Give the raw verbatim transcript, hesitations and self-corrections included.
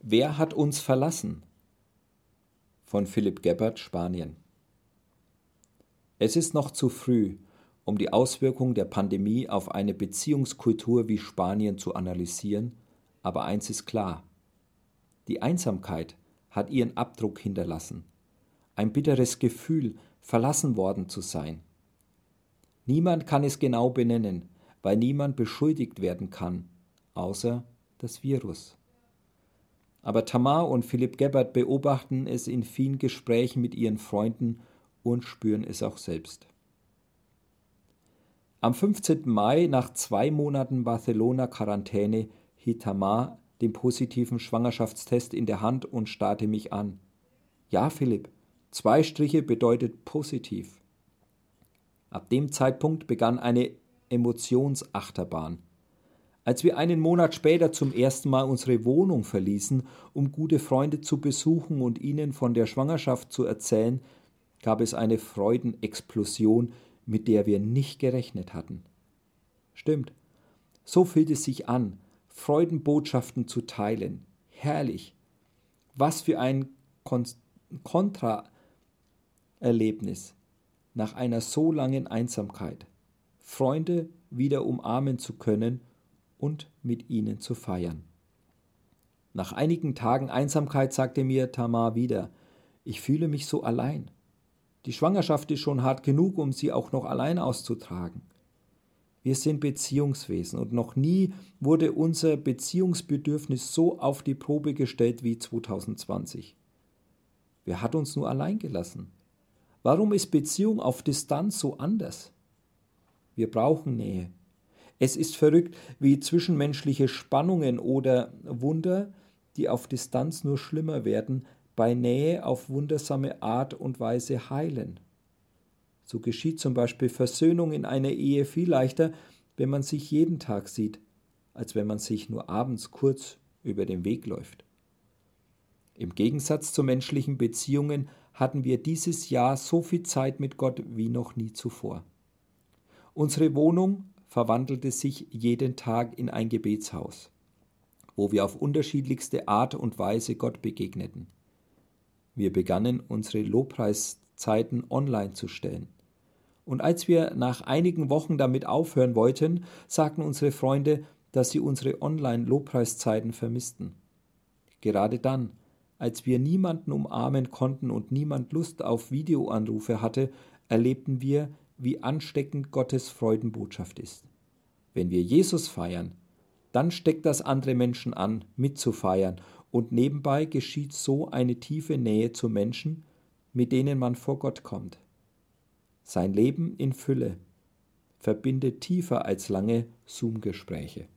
Wer hat uns verlassen? Von Philipp Gebhardt, Spanien. Es ist noch zu früh, um die Auswirkungen der Pandemie auf eine Beziehungskultur wie Spanien zu analysieren, aber eins ist klar: Die Einsamkeit hat ihren Abdruck hinterlassen. Ein bitteres Gefühl, verlassen worden zu sein. Niemand kann es genau benennen, weil niemand beschuldigt werden kann, außer das Virus. Aber Tamar und Philipp Gebhardt beobachten es in vielen Gesprächen mit ihren Freunden und spüren es auch selbst. Am fünfzehnten Mai, nach zwei Monaten Barcelona-Quarantäne, hielt Tamar den positiven Schwangerschaftstest in der Hand und starrte mich an. Ja, Philipp, zwei Striche bedeutet positiv. Ab dem Zeitpunkt begann eine Emotionsachterbahn. Als wir einen Monat später zum ersten Mal unsere Wohnung verließen, um gute Freunde zu besuchen und ihnen von der Schwangerschaft zu erzählen, gab es eine Freudenexplosion, mit der wir nicht gerechnet hatten. Stimmt, so fühlt es sich an, Freudenbotschaften zu teilen. Herrlich. Was für ein Kon- Kontraerlebnis nach einer so langen Einsamkeit. Freunde wieder umarmen zu können und mit ihnen zu feiern. Nach einigen Tagen Einsamkeit sagte mir Tamar wieder: Ich fühle mich so allein. Die Schwangerschaft ist schon hart genug, um sie auch noch allein auszutragen. Wir sind Beziehungswesen und noch nie wurde unser Beziehungsbedürfnis so auf die Probe gestellt wie zwanzig zwanzig. Wer hat uns nur allein gelassen? Warum ist Beziehung auf Distanz so anders? Wir brauchen Nähe. Es ist verrückt, wie zwischenmenschliche Spannungen oder Wunder, die auf Distanz nur schlimmer werden, bei Nähe auf wundersame Art und Weise heilen. So geschieht zum Beispiel Versöhnung in einer Ehe viel leichter, wenn man sich jeden Tag sieht, als wenn man sich nur abends kurz über den Weg läuft. Im Gegensatz zu menschlichen Beziehungen hatten wir dieses Jahr so viel Zeit mit Gott wie noch nie zuvor. Unsere Wohnung verwandelte sich jeden Tag in ein Gebetshaus, wo wir auf unterschiedlichste Art und Weise Gott begegneten. Wir begannen, unsere Lobpreiszeiten online zu stellen. Und als wir nach einigen Wochen damit aufhören wollten, sagten unsere Freunde, dass sie unsere Online-Lobpreiszeiten vermissten. Gerade dann, als wir niemanden umarmen konnten und niemand Lust auf Videoanrufe hatte, erlebten wir, wie ansteckend Gottes Freudenbotschaft ist. Wenn wir Jesus feiern, dann steckt das andere Menschen an, mitzufeiern, und nebenbei geschieht so eine tiefe Nähe zu Menschen, mit denen man vor Gott kommt. Sein Leben in Fülle verbindet tiefer als lange Zoom-Gespräche.